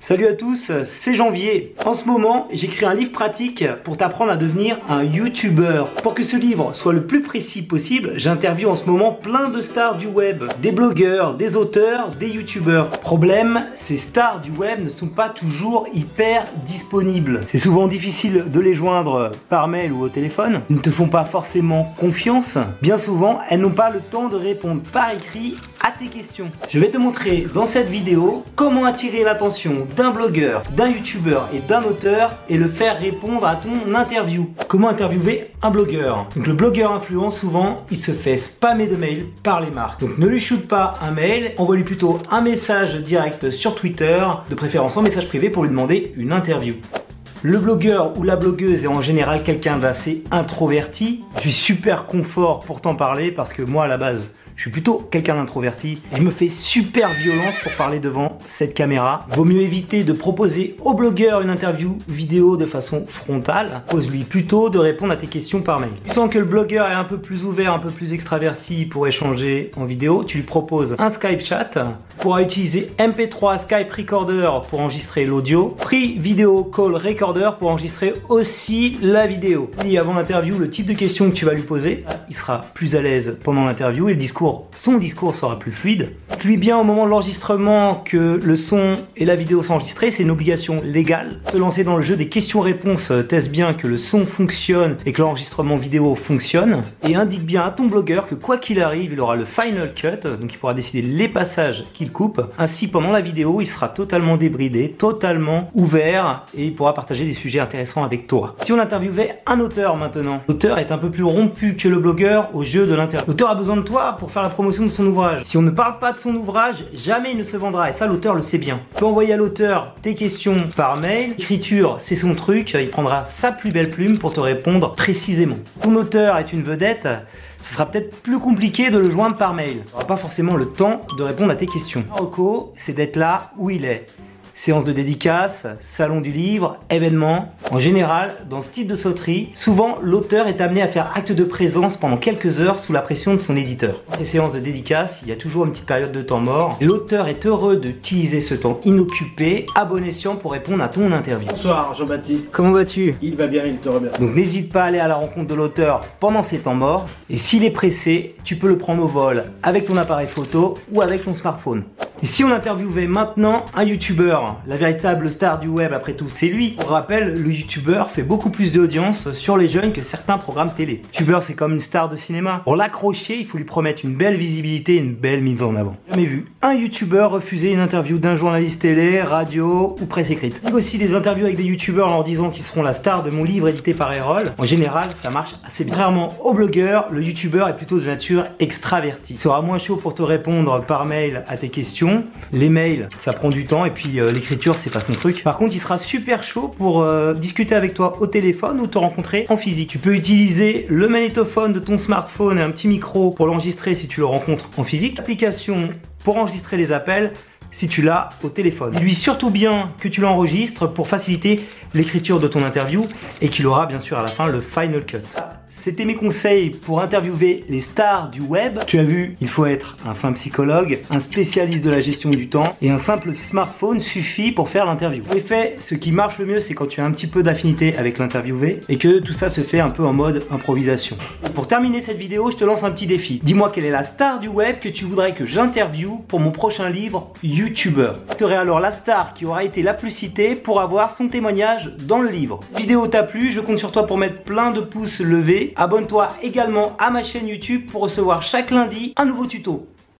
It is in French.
Salut à tous, c'est Janvier. En ce moment, j'écris un livre pratique pour t'apprendre à devenir un YouTuber. Pour que ce livre soit le plus précis possible, j'interviewe en ce moment plein de stars du web, des blogueurs, des auteurs, des YouTubers. Problème, ces stars du web ne sont pas toujours hyper disponibles. C'est souvent difficile de les joindre par mail ou au téléphone. Ils ne te font pas forcément confiance. Bien souvent, elles n'ont pas le temps de répondre par écrit à tes questions. Je vais te montrer dans cette vidéo comment attirer l'attention d'un blogueur, d'un youtubeur et d'un auteur et le faire répondre à ton interview. Comment interviewer un blogueur? Donc le blogueur influent, souvent, il se fait spammer de mails par les marques. Donc ne lui shoot pas un mail, envoie-lui plutôt un message direct sur Twitter, de préférence en message privé pour lui demander une interview. Le blogueur ou la blogueuse est en général quelqu'un d'assez introverti. Je suis super confort pour t'en parler parce que moi à la base, je suis plutôt quelqu'un d'introverti et je me fais super violence pour parler devant cette caméra. Vaut mieux éviter de proposer au blogueur une interview vidéo de façon frontale. Pose-lui plutôt de répondre à tes questions par mail. Tu sens que le blogueur est un peu plus ouvert, un peu plus extraverti pour échanger en vidéo. Tu lui proposes un Skype chat. Tu pourras utiliser MP3 Skype Recorder pour enregistrer l'audio. Free Video Call Recorder pour enregistrer aussi la vidéo. Et avant l'interview, le type de questions que tu vas lui poser, il sera plus à l'aise pendant l'interview et son discours sera plus fluide. Dis-lui bien au moment de l'enregistrement que le son et la vidéo sont enregistrés, c'est une obligation légale. Se lancer dans le jeu des questions-réponses, teste bien que le son fonctionne et que l'enregistrement vidéo fonctionne. Et indique bien à ton blogueur que quoi qu'il arrive, il aura le final cut, donc il pourra décider les passages qu'il coupe. Ainsi, pendant la vidéo, il sera totalement débridé, totalement ouvert et il pourra partager des sujets intéressants avec toi. Si on interviewait un auteur maintenant, l'auteur est un peu plus rompu que le blogueur au jeu de l'interview. L'auteur a besoin de toi pour faire la promotion de son ouvrage. Si on ne parle pas de son ouvrage, jamais il ne se vendra et ça l'auteur le sait bien. Tu peux envoyer à l'auteur tes questions par mail. L'écriture, c'est son truc, il prendra sa plus belle plume pour te répondre précisément. Ton auteur est une vedette, ce sera peut-être plus compliqué de le joindre par mail. Tu n'auras pas forcément le temps de répondre à tes questions. Marocco, c'est d'être là où il est. Séance de dédicace, salon du livre, événements. En général, dans ce type de sauterie, souvent l'auteur est amené à faire acte de présence pendant quelques heures sous la pression de son éditeur. Dans ces séances de dédicace, il y a toujours une petite période de temps mort. L'auteur est heureux d'utiliser ce temps inoccupé à bon escient pour répondre à ton interview. Bonsoir Jean-Baptiste. Comment vas-tu? Il va bien, il te remercie. Donc n'hésite pas à aller à la rencontre de l'auteur pendant ces temps morts. Et s'il est pressé, tu peux le prendre au vol avec ton appareil photo ou avec ton smartphone. Et si on interviewait maintenant un youtubeur, la véritable star du web après tout c'est lui. Pour rappel, le youtubeur fait beaucoup plus d'audience sur les jeunes que certains programmes télé. Le youtubeur c'est comme une star de cinéma. Pour l'accrocher, il faut lui promettre une belle visibilité et une belle mise en avant. J'ai jamais vu un youtubeur refuser une interview d'un journaliste télé, radio ou presse écrite. Il y a aussi des interviews avec des youtubeurs en leur disant qu'ils seront la star de mon livre édité par Erol. En général, ça marche assez bien. Contrairement au blogueur, le youtubeur est plutôt de nature extravertie. Il sera moins chaud pour te répondre par mail à tes questions. Les mails, ça prend du temps et puis l'écriture, c'est pas son truc. Par contre, il sera super chaud pour discuter avec toi au téléphone ou te rencontrer en physique. Tu peux utiliser le magnétophone de ton smartphone et un petit micro pour l'enregistrer si tu le rencontres en physique. L'application pour enregistrer les appels si tu l'as au téléphone. Dis-lui surtout bien que tu l'enregistres pour faciliter l'écriture de ton interview et qu'il aura bien sûr à la fin le final cut. C'était mes conseils pour interviewer les stars du web. Tu as vu, il faut être un fin psychologue, un spécialiste de la gestion du temps et un simple smartphone suffit pour faire l'interview. En effet, ce qui marche le mieux, c'est quand tu as un petit peu d'affinité avec l'interviewé et que tout ça se fait un peu en mode improvisation. Pour terminer cette vidéo, je te lance un petit défi. Dis-moi quelle est la star du web que tu voudrais que j'interviewe pour mon prochain livre YouTuber. Tu serais alors la star qui aura été la plus citée pour avoir son témoignage dans le livre. La vidéo t'a plu, je compte sur toi pour mettre plein de pouces levés. Abonne-toi également à ma chaîne YouTube pour recevoir chaque lundi un nouveau tuto.